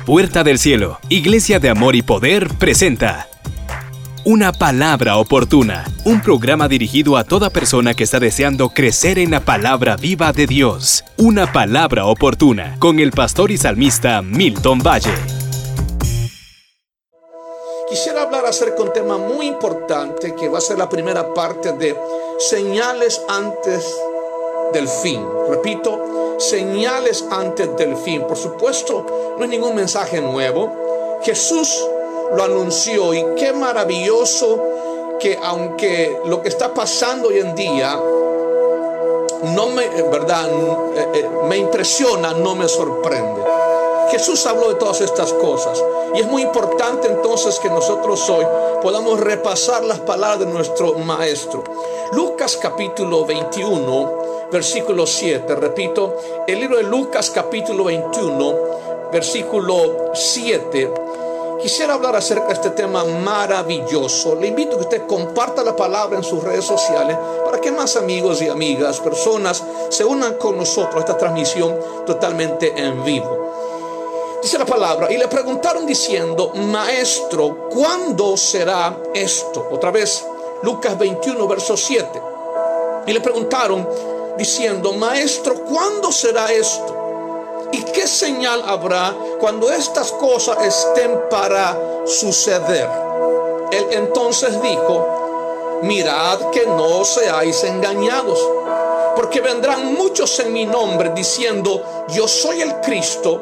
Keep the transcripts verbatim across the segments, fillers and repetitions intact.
Puerta del Cielo, Iglesia de Amor y Poder presenta Una Palabra Oportuna, un programa dirigido a toda persona que está deseando crecer en la palabra viva de Dios. Una Palabra Oportuna, con el pastor y salmista Milton Valle. Quisiera hablar acerca de un tema muy importante que va a ser la primera parte de señales antes del fin. Repito, señales antes del fin. Por supuesto, no es ningún mensaje nuevo. Jesús lo anunció y qué maravilloso que aunque lo que está pasando hoy en día no me, verdad, me impresiona, no me sorprende. Jesús habló de todas estas cosas y es muy importante entonces que nosotros hoy podamos repasar las palabras de nuestro maestro. Lucas capítulo veintiuno, versículo siete. Repito, el libro de Lucas capítulo veintiuno, versículo siete. Quisiera hablar acerca de este tema maravilloso. Le invito a que usted comparta la palabra en sus redes sociales para que más amigos y amigas, personas, se unan con nosotros a esta transmisión totalmente en vivo. Dice la palabra, y le preguntaron diciendo: Maestro, ¿cuándo será esto? Otra vez, Lucas veintiuno, verso siete. Y le preguntaron diciendo: Maestro, ¿cuándo será esto? ¿Y qué señal habrá cuando estas cosas estén para suceder? Él entonces dijo: Mirad que no seáis engañados, porque vendrán muchos en mi nombre diciendo: Yo soy el Cristo,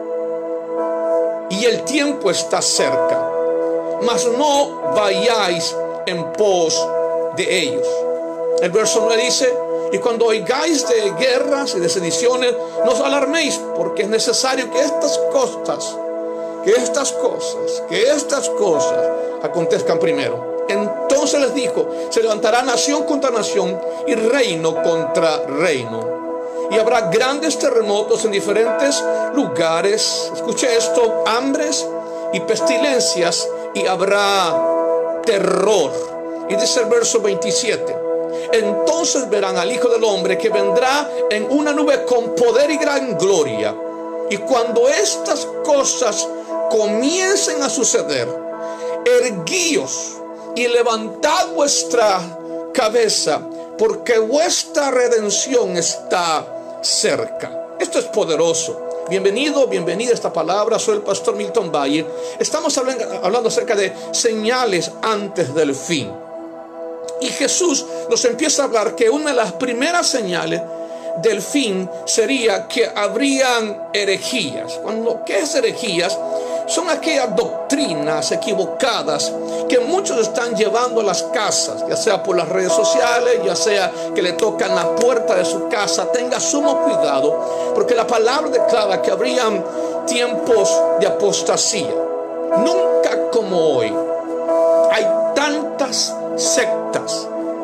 y el tiempo está cerca, mas no vayáis en pos de ellos. El verso nueve dice: Y cuando oigáis de guerras y de sediciones, no os alarméis, porque es necesario que estas cosas, que estas cosas, que estas cosas acontezcan primero. Entonces les dijo: se levantará nación contra nación y reino contra reino. Y habrá grandes terremotos en diferentes lugares. Escuche esto: hambres y pestilencias, y habrá terror. Y dice el verso veintisiete: Entonces verán al Hijo del Hombre que vendrá en una nube con poder y gran gloria. Y cuando estas cosas comiencen a suceder, erguíos y levantad vuestra cabeza, porque vuestra redención está cerca. Esto es poderoso. Bienvenido, bienvenida a esta palabra. Soy el pastor Milton Valle. Estamos hablando, hablando acerca de señales antes del fin. Y Jesús nos empieza a hablar que una de las primeras señales del fin sería que habrían herejías. Cuando, ¿qué es herejías? Son aquellas doctrinas equivocadas que muchos están llevando a las casas, ya sea por las redes sociales, ya sea que le tocan la puerta de su casa. Tenga sumo cuidado, porque la palabra declara que habrían tiempos de apostasía. Nunca como hoy hay tantas sectas,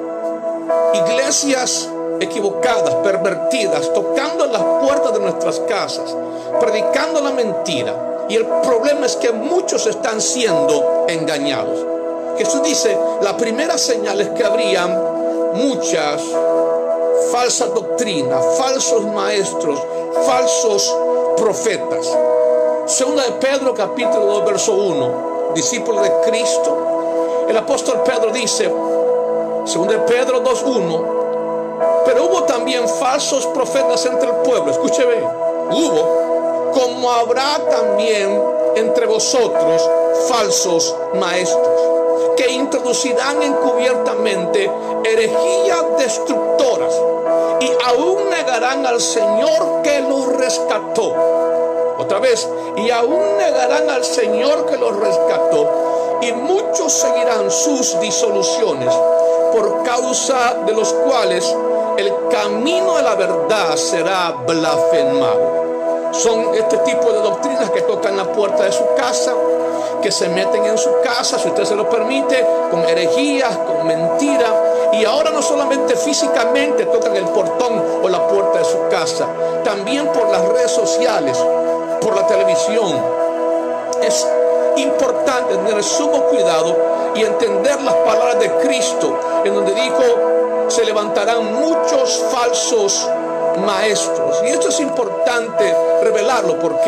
iglesias equivocadas, pervertidas, tocando las puertas de nuestras casas, predicando la mentira. Y el problema es que muchos están siendo engañados. Jesús dice: la primera señal es que habrían muchas falsas doctrinas, falsos maestros, falsos profetas. Segunda de Pedro capítulo dos, verso uno. Discípulo de Cristo, el apóstol Pedro dice, segunda de Pedro dos, uno: Pero hubo también falsos profetas entre el pueblo. Escuche bien, hubo, como habrá también entre vosotros falsos maestros, que introducirán encubiertamente herejías destructoras, y aún negarán al Señor que los rescató. Otra vez, y aún negarán al Señor que los rescató, y muchos seguirán sus disoluciones, por causa de los cuales el camino de la verdad será blasfemado. Son este tipo de doctrinas que tocan la puerta de su casa, que se meten en su casa, si usted se lo permite, con herejías, con mentira. Y ahora no solamente físicamente tocan el portón o la puerta de su casa, también por las redes sociales, por la televisión. Es importante tener sumo cuidado y entender las palabras de Cristo, en donde dijo: se levantarán muchos falsos maestros. Y esto es importante revelarlo. ¿Por qué?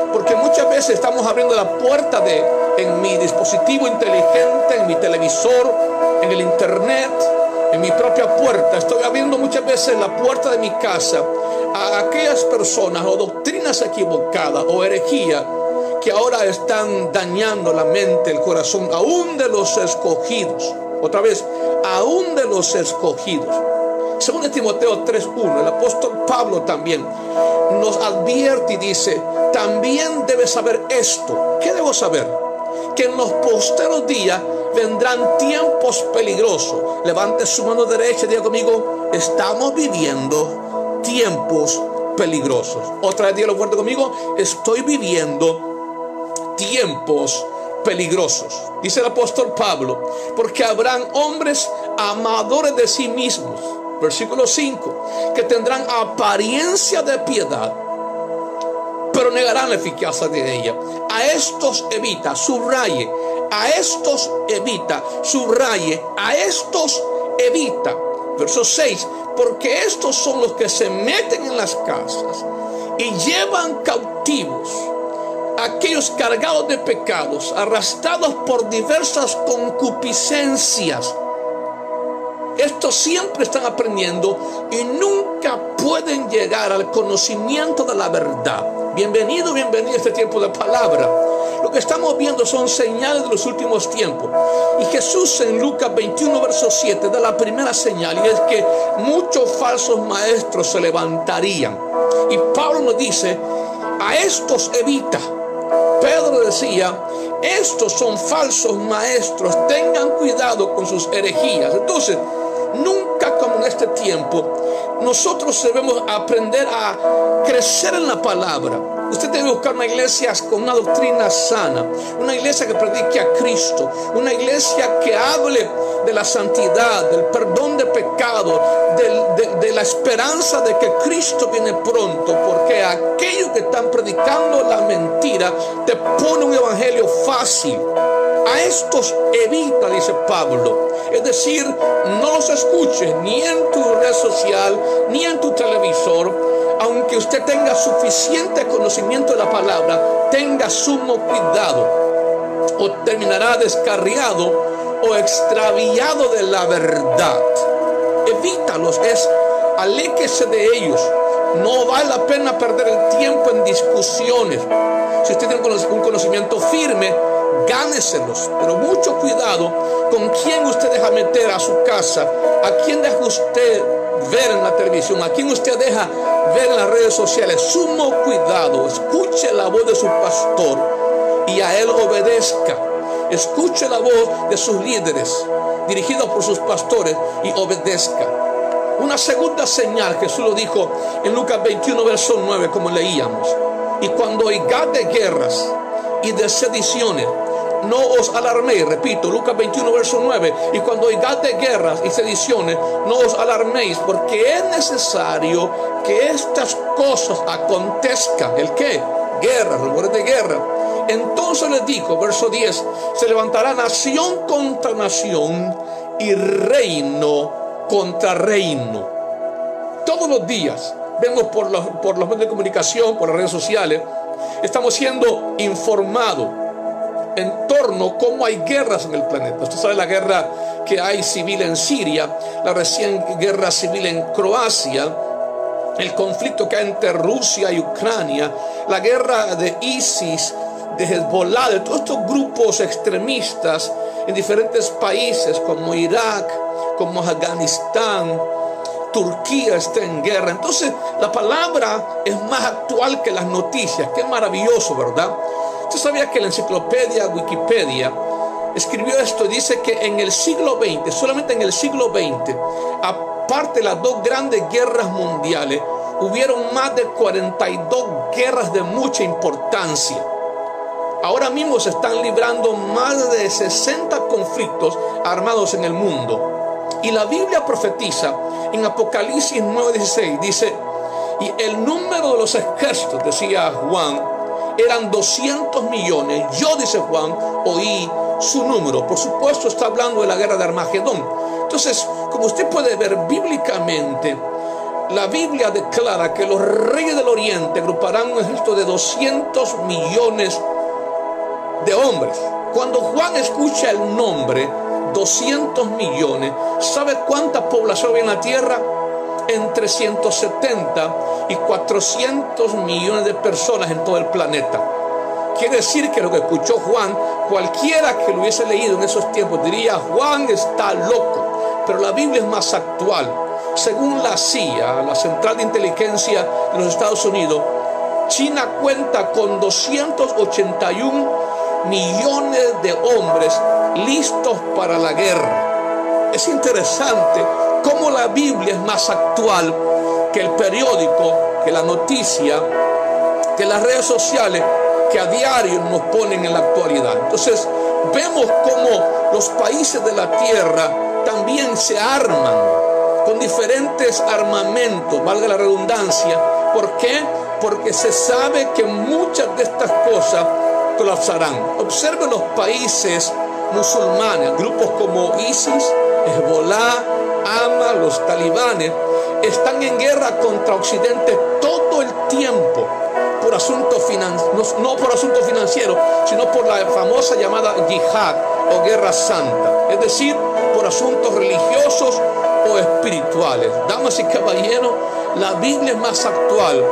Porque muchas veces estamos abriendo la puerta de, en mi dispositivo inteligente, en mi televisor, en el internet, en mi propia puerta. Estoy abriendo muchas veces la puerta de mi casa a aquellas personas o doctrinas equivocadas o herejías que ahora están dañando la mente, el corazón, aún de los escogidos. Otra vez, aún de los escogidos. Según de Timoteo tres uno, el apóstol Pablo también nos advierte y dice: también debes saber esto. ¿Qué debo saber? Que en los posteros días vendrán tiempos peligrosos. Levante su mano derecha y diga conmigo: estamos viviendo tiempos peligrosos. Otra vez dígalo fuerte conmigo: estoy viviendo tiempos peligrosos. Dice el apóstol Pablo: porque habrán hombres amadores de sí mismos. Versículo cinco, que tendrán apariencia de piedad, pero negarán la eficacia de ella. A estos evita, subraye, a estos evita, subraye, a estos evita. Verso seis, porque estos son los que se meten en las casas y llevan cautivos a aquellos cargados de pecados, arrastrados por diversas concupiscencias. Estos siempre están aprendiendo y nunca pueden llegar al conocimiento de la verdad. Bienvenido, bienvenido a este tiempo de palabra. Lo que estamos viendo son señales de los últimos tiempos. Y Jesús en Lucas veintiuno, verso siete, da la primera señal, y es que muchos falsos maestros se levantarían. Y Pablo nos dice: a estos evita. Pedro decía: estos son falsos maestros, tengan cuidado con sus herejías. Entonces, nunca como en este tiempo, nosotros debemos aprender a crecer en la palabra. Usted debe buscar una iglesia con una doctrina sana, una iglesia que predique a Cristo, una iglesia que hable de la santidad, del perdón de pecado, de, de, de la esperanza de que Cristo viene pronto, porque aquellos que están predicando la mentira te pone un evangelio fácil. A estos evita, dice Pablo. Es decir, no los escuches ni en tu red social, ni en tu televisor. Aunque usted tenga suficiente conocimiento de la palabra, tenga sumo cuidado, o terminará descarriado o extraviado de la verdad. Evítalos, es aléquese de ellos. No vale la pena perder el tiempo en discusiones. Si usted tiene un conocimiento firme, gáneselos, pero mucho cuidado con quién usted deja meter a su casa, a quién deja usted ver en la televisión, a quién usted deja ver en las redes sociales. Sumo cuidado, escuche la voz de su pastor y a él obedezca. Escuche la voz de sus líderes, dirigidos por sus pastores, y obedezca. Una segunda señal, Jesús lo dijo en Lucas veintiuno, verso nueve, como leíamos: y cuando oigáis de guerras y de sediciones, no os alarméis. Repito, Lucas veintiuno, verso nueve. Y cuando oigáis de guerras y sediciones, no os alarméis, porque es necesario que estas cosas acontezcan. ¿El qué? Guerra, rumores de guerra. Entonces les dijo, verso diez: se levantará nación contra nación y reino contra reino. Todos los días vemos por los, por los medios de comunicación, por las redes sociales, estamos siendo informados en torno a cómo hay guerras en el planeta. Usted sabe la guerra que hay civil en Siria, la recién guerra civil en Croacia, el conflicto que hay entre Rusia y Ucrania, la guerra de ISIS, de Hezbollah, de todos estos grupos extremistas en diferentes países como Irak, como Afganistán. Turquía está en guerra. Entonces la palabra es más actual que las noticias. Qué maravilloso, ¿verdad? Usted sabía que la enciclopedia Wikipedia escribió esto y dice que en el siglo veinte, solamente en el siglo veinte, aparte de las dos grandes guerras mundiales, hubieron más de cuarenta y dos guerras de mucha importancia. Ahora mismo se están librando más de sesenta conflictos armados en el mundo. Y la Biblia profetiza en Apocalipsis nueve dieciséis, dice: y el número de los ejércitos, decía Juan, eran doscientos millones. Yo, dice Juan, oí su número. Por supuesto está hablando de la guerra de Armagedón. Entonces, como usted puede ver bíblicamente, la Biblia declara que los reyes del oriente agruparán un ejército de doscientos millones de hombres. Cuando Juan escucha el nombre doscientos millones, ¿sabe cuánta población hay en la tierra? Entre ciento setenta y cuatrocientos millones de personas en todo el planeta. Quiere decir que lo que escuchó Juan, cualquiera que lo hubiese leído en esos tiempos diría: Juan está loco. Pero la Biblia es más actual. Según la C I A, la Central de Inteligencia de los Estados Unidos, China cuenta con doscientos ochenta y un millones de hombres listos para la guerra. Es interesante cómo la Biblia es más actual que el periódico, que la noticia, que las redes sociales, que a diario nos ponen en la actualidad. Entonces vemos cómo los países de la tierra también se arman con diferentes armamentos, valga la redundancia. ¿Por qué? Porque se sabe que muchas de estas cosas colapsarán. Observen los países musulmanes, grupos como ISIS, Hezbollah, Hamas, los talibanes, están en guerra contra Occidente todo el tiempo por asuntos financieros, no, no por asuntos financieros, sino por la famosa llamada yihad o guerra santa, es decir, por asuntos religiosos o espirituales. Damas y caballeros, la Biblia es más actual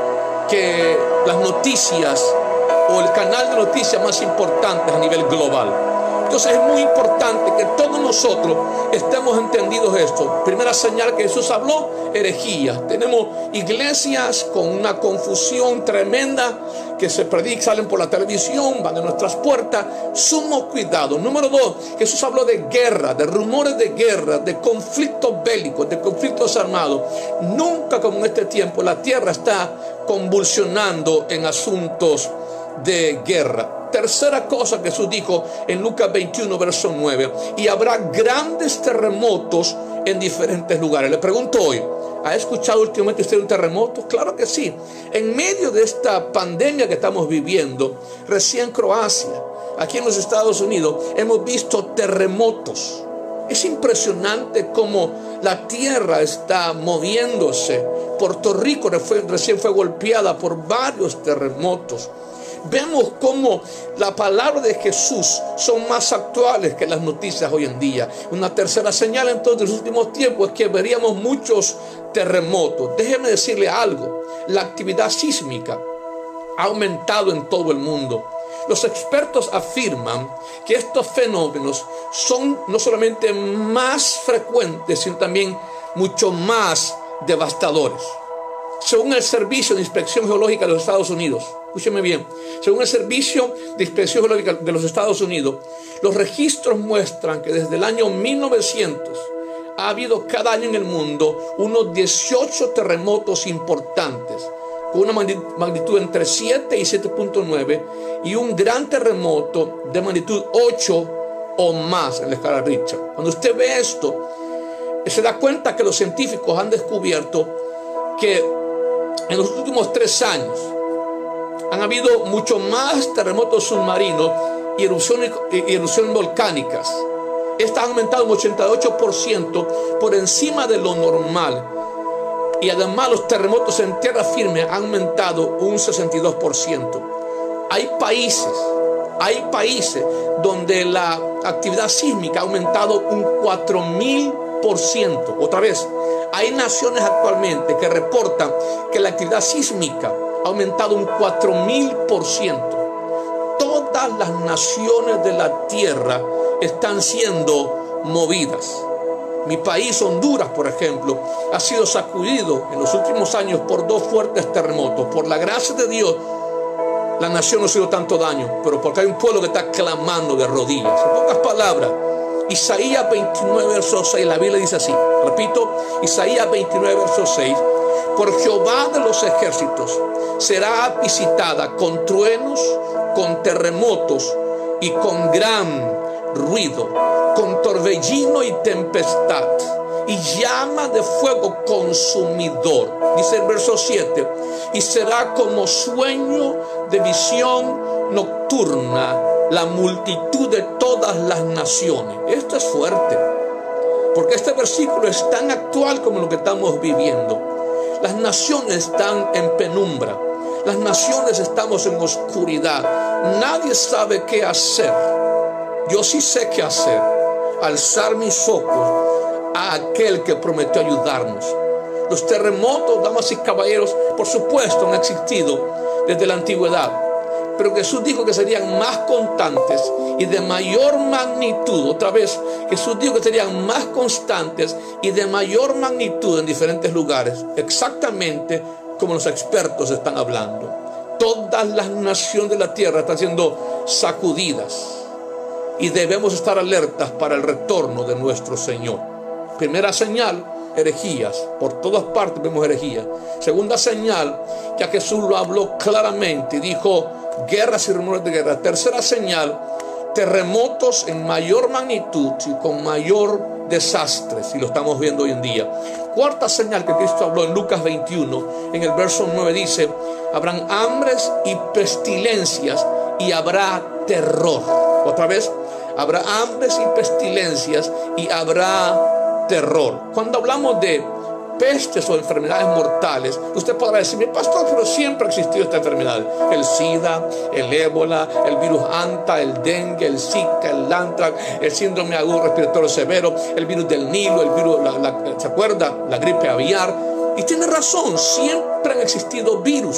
que las noticias o el canal de noticias más importantes a nivel global. Entonces es muy importante que todos nosotros estemos entendidos esto. Primera señal que Jesús habló: herejías. Tenemos iglesias con una confusión tremenda que se predican, salen por la televisión, van a nuestras puertas. Sumo cuidado. Número dos, Jesús habló de guerra, de rumores de guerra, de conflictos bélicos, de conflictos armados. Nunca como en este tiempo la tierra está convulsionando en asuntos de guerra. Tercera cosa que Jesús dijo en Lucas veintiuno, verso nueve: y habrá grandes terremotos en diferentes lugares. Le pregunto hoy, ¿ha escuchado últimamente usted un terremoto? Claro que sí. En medio de esta pandemia que estamos viviendo, recién Croacia, aquí en los Estados Unidos, hemos visto terremotos. Es impresionante cómo la tierra está moviéndose. Puerto Rico recién fue golpeada por varios terremotos. Vemos cómo la palabra de Jesús son más actuales que las noticias hoy en día. Una tercera señal entonces de los últimos tiempos es que veríamos muchos terremotos. Déjeme decirle algo: la actividad sísmica ha aumentado en todo el mundo. Los expertos afirman que estos fenómenos son no solamente más frecuentes, sino también mucho más devastadores. Según el Servicio de Inspección Geológica de los Estados Unidos, escúcheme bien, según el Servicio de Inspección Geológica de los Estados Unidos, los registros muestran que desde el año mil novecientos ha habido cada año en el mundo unos dieciocho terremotos importantes, con una magnitud entre siete y siete punto nueve, y un gran terremoto de magnitud ocho o más en la escala Richter. Cuando usted ve esto, se da cuenta que los científicos han descubierto que en los últimos tres años han habido mucho más terremotos submarinos y erupciones, y erupciones volcánicas. Estas han aumentado un ochenta y ocho por ciento por encima de lo normal. Y además los terremotos en tierra firme han aumentado un sesenta y dos por ciento. Hay países, hay países donde la actividad sísmica ha aumentado un cuatro mil por ciento. Otra vez, hay naciones actualmente que reportan que la actividad sísmica ha aumentado un cuatro mil por ciento. Todas las naciones de la tierra están siendo movidas. Mi país, Honduras, por ejemplo, ha sido sacudido en los últimos años por dos fuertes terremotos. Por la gracia de Dios, la nación no ha sido tanto daño, pero porque hay un pueblo que está clamando de rodillas. En pocas palabras, Isaías veintinueve, verso seis, la Biblia dice así, repito, Isaías veintinueve, verso seis: por Jehová de los ejércitos será visitada con truenos, con terremotos y con gran ruido, con torbellino y tempestad y llama de fuego consumidor. Dice el verso siete: y será como sueño de visión nocturna la multitud de todas las naciones. Esto es fuerte, porque este versículo es tan actual como lo que estamos viviendo. Las naciones están en penumbra. Las naciones estamos en oscuridad. Nadie sabe qué hacer. Yo sí sé qué hacer. Alzar mis ojos a aquel que prometió ayudarnos. Los terremotos, damas y caballeros, por supuesto han existido desde la antigüedad. Pero Jesús dijo que serían más constantes y de mayor magnitud. Otra vez, Jesús dijo que serían más constantes y de mayor magnitud en diferentes lugares. Exactamente como los expertos están hablando. Todas las naciones de la tierra están siendo sacudidas. Y debemos estar alertas para el retorno de nuestro Señor. Primera señal, herejías. Por todas partes vemos herejías. Segunda señal, ya Jesús lo habló claramente y dijo guerras y rumores de guerra. Tercera señal, terremotos en mayor magnitud y con mayor desastre, si lo estamos viendo hoy en día. Cuarta señal que Cristo habló en Lucas veintiuno, en el verso nueve dice: habrán hambres y pestilencias y habrá terror. Otra vez, habrá hambres y pestilencias y habrá terror. Cuando hablamos de pestes o enfermedades mortales, usted podrá decirme: pastor, pero siempre ha existido esta enfermedad. El SIDA, el ébola, el virus anta, el dengue, el zika, el antrax, el síndrome agudo respiratorio severo, el virus del Nilo, el virus, la, la, ¿se acuerda? La gripe aviar. Y tiene razón, siempre han existido virus.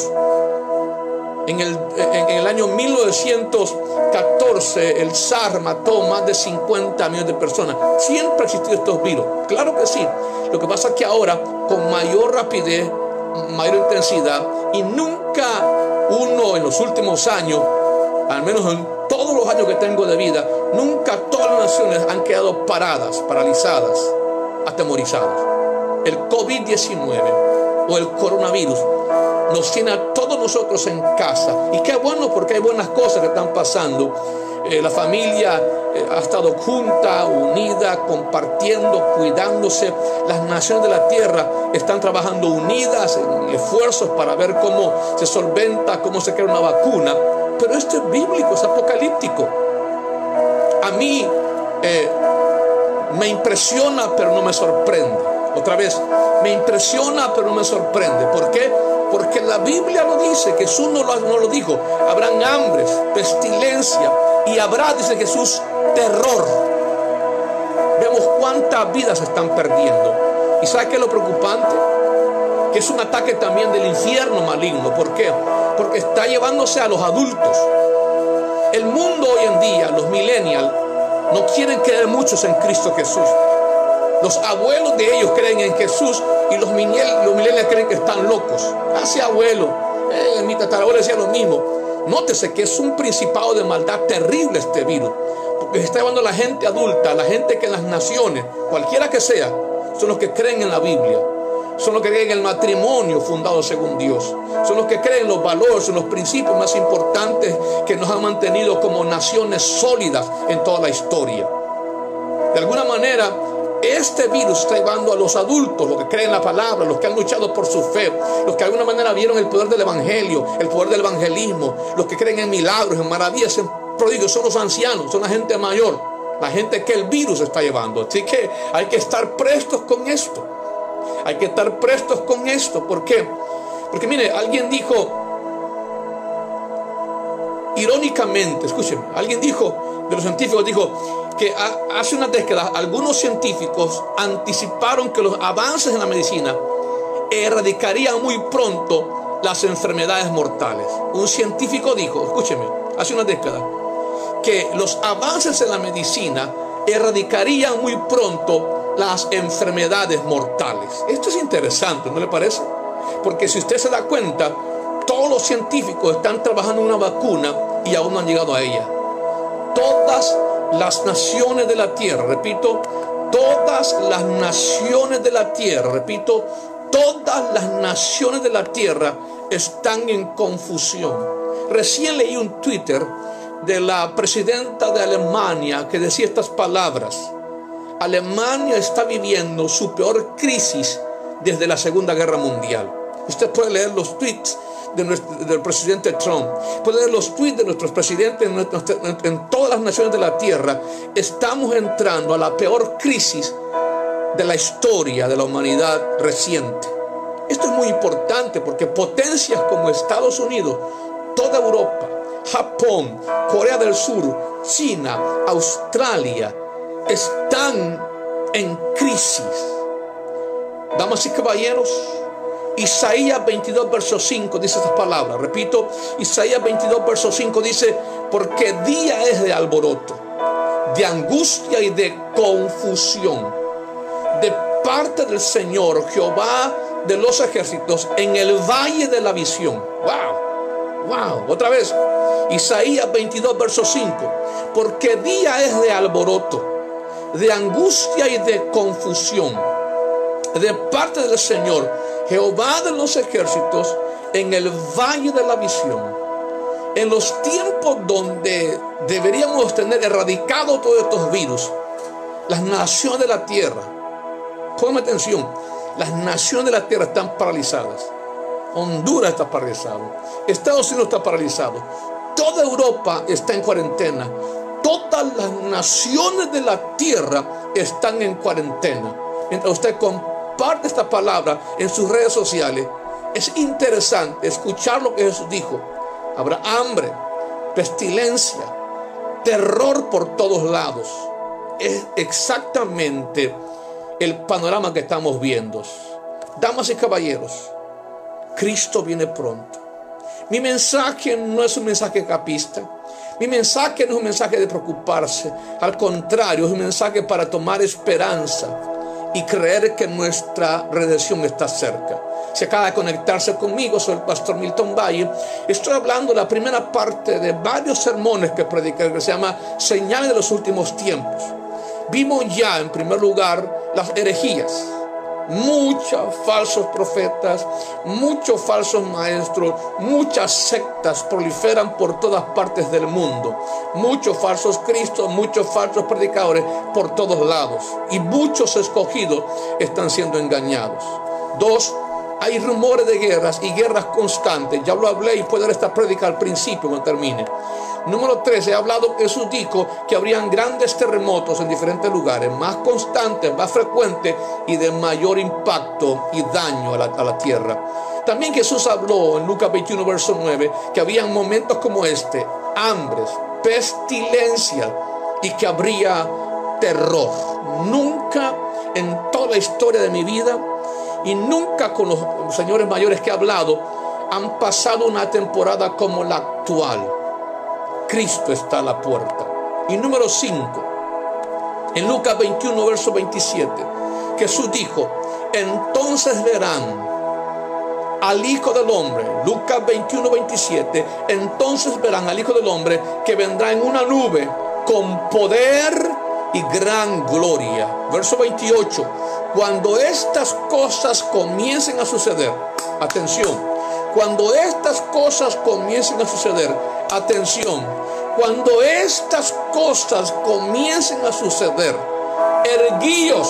En el, en el año mil novecientos catorce el SARS mató más de cincuenta millones de personas. Siempre han existido estos virus, claro que sí. Lo que pasa es que ahora, con mayor rapidez, mayor intensidad, y nunca uno en los últimos años, al menos en todos los años que tengo de vida, nunca todas las naciones han quedado paradas, paralizadas, atemorizadas. El COVID diecinueve o el coronavirus nos tiene a todos nosotros en casa. Y qué bueno, porque hay buenas cosas que están pasando. Eh, la familia eh, ha estado junta, unida, compartiendo, cuidándose. Las naciones de la tierra están trabajando unidas en esfuerzos para ver cómo se solventa, cómo se crea una vacuna. Pero esto es bíblico, es apocalíptico. A mí eh, me impresiona, pero no me sorprende. Otra vez, me impresiona, pero no me sorprende. ¿Por qué? Porque la Biblia lo dice, Jesús no lo, no lo dijo. Habrán hambres, pestilencia, y habrá, dice Jesús, terror. Vemos cuántas vidas se están perdiendo. ¿Y sabe qué es lo preocupante? Que es un ataque también del infierno maligno. ¿Por qué? Porque está llevándose a los adultos. El mundo hoy en día, los millennials, no quieren creer muchos en Cristo Jesús. Los abuelos de ellos creen en Jesús y los millennials creen que están locos. Hace abuelo, eh, mi tatarabuelo decía lo mismo. Nótese que es un principado de maldad terrible este virus, porque se está llevando a la gente adulta, a la gente que en las naciones, cualquiera que sea, son los que creen en la Biblia, son los que creen en el matrimonio fundado según Dios, son los que creen en los valores, en los principios más importantes que nos han mantenido como naciones sólidas en toda la historia. De alguna manera, este virus está llevando a los adultos, los que creen la palabra, los que han luchado por su fe, los que de alguna manera vieron el poder del evangelio, el poder del evangelismo, los que creen en milagros, en maravillas, en prodigios, son los ancianos, son la gente mayor, la gente que el virus está llevando. Así que hay que estar prestos con esto. Hay que estar prestos con esto. ¿Por qué? Porque mire, alguien dijo, irónicamente, escúcheme, alguien dijo, de los científicos dijo, que hace unas décadas algunos científicos anticiparon que los avances en la medicina erradicarían muy pronto las enfermedades mortales. Un científico dijo, escúcheme, hace unas décadas, que los avances en la medicina erradicarían muy pronto las enfermedades mortales. Esto es interesante, ¿no le parece? Porque si usted se da cuenta, todos los científicos están trabajando en una vacuna y aún no han llegado a ella. Todas las naciones de la tierra, repito, todas las naciones de la tierra, repito, todas las naciones de la tierra están en confusión. Recién leí un Twitter de la presidenta de Alemania que decía estas palabras: Alemania está viviendo su peor crisis desde la Segunda Guerra Mundial. Usted puede leer los tweets de nuestro, del presidente Trump, puede leer los tweets de nuestros presidentes en, en, en todas las naciones de la tierra. Estamos entrando a la peor crisis de la historia de la humanidad reciente. Esto es muy importante porque potencias como Estados Unidos, toda Europa, Japón, Corea del Sur, China, Australia, están en crisis. Damas y caballeros, Isaías veintidós, verso cinco dice estas palabras. Repito, Isaías veintidós, verso cinco dice: porque día es de alboroto, de angustia y de confusión, de parte del Señor, Jehová de los ejércitos, en el valle de la visión. Wow, wow, otra vez, Isaías veintidós, verso cinco. Porque día es de alboroto, de angustia y de confusión, de parte del Señor, Jehová de los ejércitos, en el valle de la visión. En los tiempos donde deberíamos tener erradicado todos estos virus, las naciones de la tierra, ponme atención, las naciones de la tierra están paralizadas. Honduras está paralizado, Estados Unidos está paralizado, toda Europa está en cuarentena, todas las naciones de la tierra están en cuarentena. Mientras usted comparte esta palabra en sus redes sociales, es interesante escuchar lo que Jesús dijo. Habrá hambre, pestilencia, terror por todos lados. Es exactamente el panorama que estamos viendo. Damas y caballeros, Cristo viene pronto. Mi mensaje no es un mensaje capista. Mi mensaje no es un mensaje de preocuparse. Al contrario, es un mensaje para tomar esperanza y creer que nuestra redención está cerca. Si acaba de conectarse conmigo, soy el pastor Milton Valle. Estoy hablando de la primera parte de varios sermones que prediqué, que se llama Señales de los Últimos Tiempos. Vimos ya en primer lugar las herejías. Muchos falsos profetas, muchos falsos maestros, muchas sectas proliferan por todas partes del mundo. Muchos falsos cristos, muchos falsos predicadores por todos lados. Y muchos escogidos están siendo engañados. Dos, hay rumores de guerras y guerras constantes. Ya lo hablé y puedo dar esta prédica al principio cuando termine. Número tres, he hablado, Jesús dijo que habrían grandes terremotos en diferentes lugares, más constantes, más frecuentes y de mayor impacto y daño a la, a la tierra. También Jesús habló en Lucas veintiuno, verso nueve, que habían momentos como este, hambres, pestilencia y que habría terror. Nunca en toda la historia de mi vida y nunca con los señores mayores que he hablado han pasado una temporada como la actual. Cristo está a la puerta. Y número cinco, en Lucas veintiuno, verso veintisiete, Jesús dijo: entonces verán al Hijo del Hombre. Lucas veintiuno, veintisiete. Entonces verán al Hijo del Hombre que vendrá en una nube con poder y gran gloria. Verso veintiocho. Cuando estas cosas comiencen a suceder, atención, cuando estas cosas comiencen a suceder, atención, cuando estas cosas comiencen a suceder, erguíos,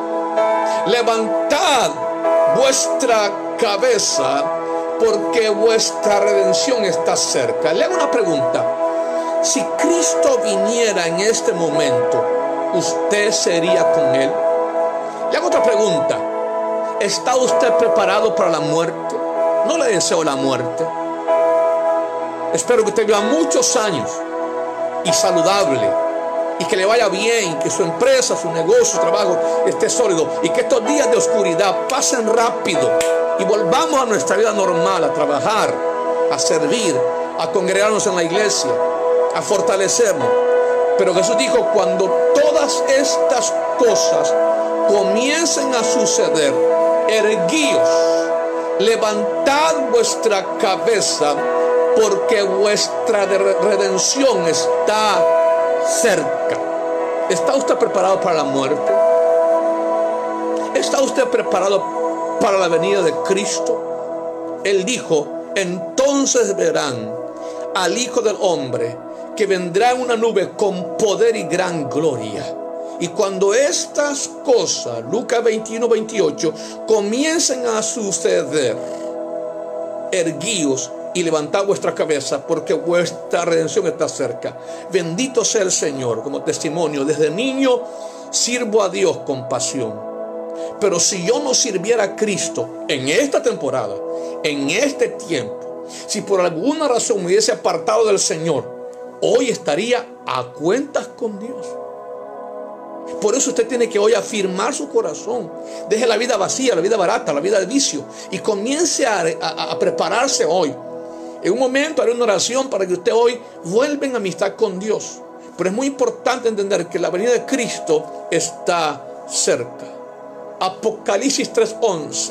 levantad vuestra cabeza, porque vuestra redención está cerca. Le hago una pregunta: si Cristo viniera en este momento, ¿usted sería con Él? Le hago otra pregunta: ¿está usted preparado para la muerte? No le deseo la muerte. Espero que usted viva muchos años y saludable, y que le vaya bien, que su empresa, su negocio, su trabajo esté sólido, y que estos días de oscuridad pasen rápido y volvamos a nuestra vida normal, a trabajar, a servir, a congregarnos en la iglesia, a fortalecernos. Pero Jesús dijo: cuando todas estas cosas comiencen a suceder, erguíos, levantad vuestra cabeza, porque vuestra redención está cerca. ¿Está usted preparado para la muerte? ¿Está usted preparado para la venida de Cristo? Él dijo: entonces verán al Hijo del Hombre que vendrá en una nube con poder y gran gloria. Y cuando estas cosas, Lucas veintiuno, veintiocho, comiencen a suceder, erguíos y levantad vuestra cabeza, porque vuestra redención está cerca. Bendito sea el Señor. Como testimonio, desde niño sirvo a Dios con pasión. Pero si yo no sirviera a Cristo en esta temporada, en este tiempo, si por alguna razón me hubiese apartado del Señor, hoy estaría a cuentas con Dios. Por eso usted tiene que hoy afirmar su corazón. Deje la vida vacía, la vida barata, la vida de vicio, y comience a, a, a prepararse hoy. En un momento haré una oración para que usted hoy vuelva en amistad con Dios. Pero es muy importante entender que la venida de Cristo está cerca. Apocalipsis tres once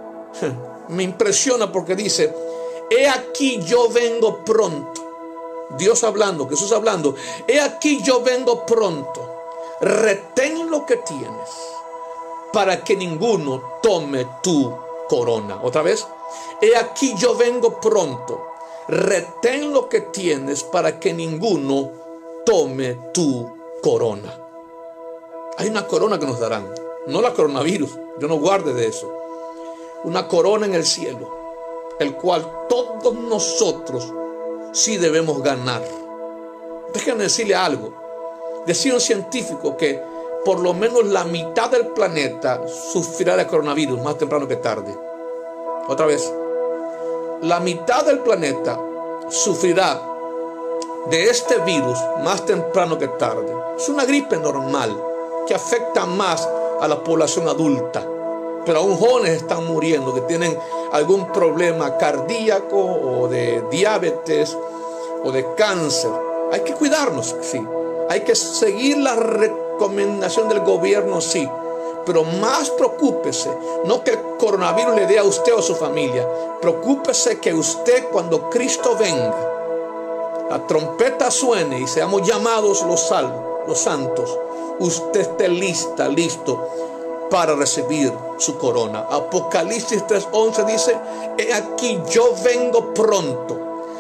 me impresiona porque dice: he aquí yo vengo pronto. Dios hablando, Jesús hablando. He aquí yo vengo pronto. Retén lo que tienes para que ninguno tome tu corona. Otra vez. He aquí yo vengo pronto. Retén lo que tienes para que ninguno tome tu corona. Hay una corona que nos darán. No la coronavirus. Yo no guarde de eso. Una corona en el cielo, el cual todos nosotros sí debemos ganar. Déjenme decirle algo. Decía un científico que por lo menos la mitad del planeta sufrirá de coronavirus más temprano que tarde. Otra vez. La mitad del planeta sufrirá de este virus más temprano que tarde. Es una gripe normal que afecta más a la población adulta. Pero aún jóvenes están muriendo que tienen algún problema cardíaco o de diabetes o de cáncer. Hay que cuidarnos, sí. Hay que seguir la recomendación del gobierno, sí. Pero más preocúpese, no que el coronavirus le dé a usted o a su familia. Preocúpese que usted, cuando Cristo venga, la trompeta suene y seamos llamados los salvos, los santos, usted esté lista, listo para recibir su corona. Apocalipsis tres once dice: he aquí yo vengo pronto.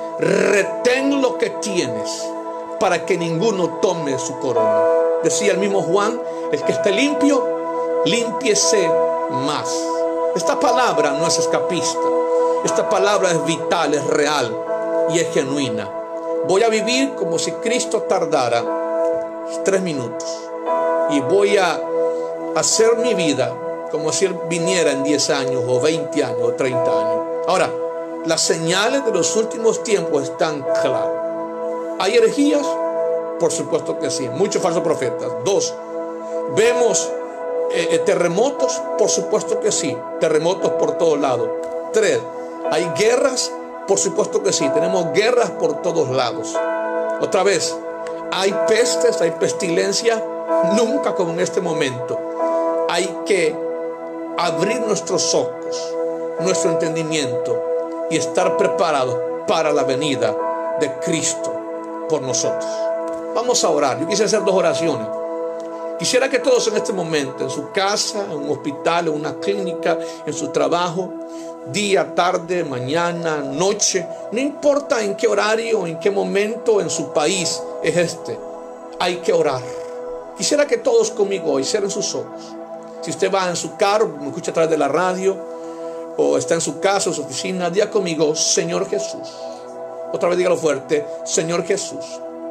Retén lo que tienes para que ninguno tome su corona. Decía el mismo Juan: el que esté limpio, límpiese más. Esta palabra no es escapista. Esta palabra es vital, es real y es genuina. Voy a vivir como si Cristo tardara tres minutos. Y voy a hacer mi vida como si Él viniera en diez años o veinte años o treinta años. Ahora, las señales de los últimos tiempos están claras. ¿Hay herejías? Por supuesto que sí. Muchos falsos profetas. Dos, ¿vemos eh, terremotos? Por supuesto que sí. Terremotos por todos lados. Tres, ¿hay guerras? Por supuesto que sí. Tenemos guerras por todos lados. Otra vez, ¿hay pestes? ¿Hay pestilencia? Nunca como en este momento. Hay que abrir nuestros ojos, nuestro entendimiento y estar preparados para la venida de Cristo por nosotros. Vamos a orar. Yo quisiera hacer dos oraciones. Quisiera que todos en este momento, en su casa, en un hospital, en una clínica, en su trabajo, día, tarde, mañana, noche, no importa en qué horario, en qué momento en su país es este, hay que orar. Quisiera que todos conmigo hoy cierren sus ojos. Si usted va en su carro, me escucha a través de la radio, o está en su casa o su oficina, diga conmigo: Señor Jesús. Otra vez dígalo fuerte: Señor Jesús,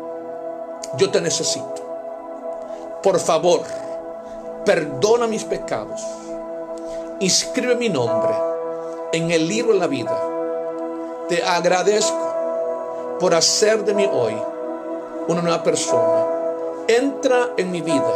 yo te necesito. Por favor, perdona mis pecados. Inscribe mi nombre en el libro de la vida. Te agradezco por hacer de mí hoy una nueva persona. Entra en mi vida,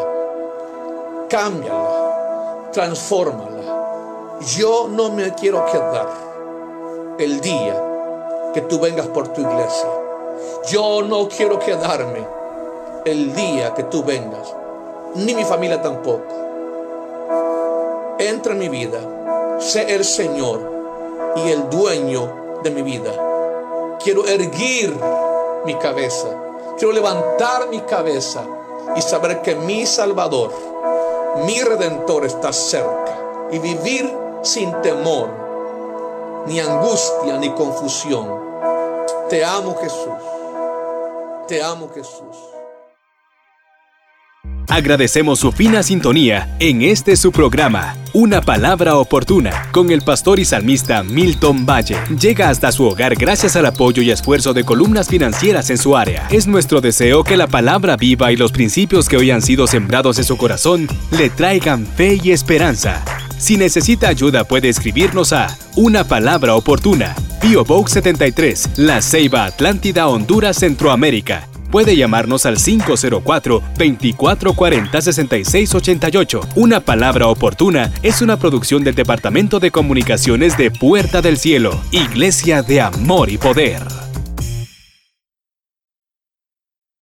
cámbiala, transfórmala. Yo no me quiero quedar el día que tú vengas por tu iglesia. Yo no quiero quedarme el día que tú vengas, ni mi familia tampoco. Entra en mi vida, sé el Señor y el dueño de mi vida. Quiero erguir mi cabeza, quiero levantar mi cabeza y saber que mi Salvador, mi Redentor está cerca, y vivir sin temor, ni angustia, ni confusión. Te amo, Jesús. Te amo, Jesús. Agradecemos su fina sintonía en este su programa, Una Palabra Oportuna, con el pastor y salmista Milton Valle. Llega hasta su hogar gracias al apoyo y esfuerzo de Columnas Financieras en su área. Es nuestro deseo que la palabra viva y los principios que hoy han sido sembrados en su corazón le traigan fe y esperanza. Si necesita ayuda, puede escribirnos a Una Palabra Oportuna, P O Box setenta y tres, La Ceiba, Atlántida, Honduras, Centroamérica. Puede llamarnos al cinco cero cuatro, veinticuatro cuarenta, sesenta y seis ochenta y ocho. Una Palabra Oportuna es una producción del Departamento de Comunicaciones de Puerta del Cielo, Iglesia de Amor y Poder.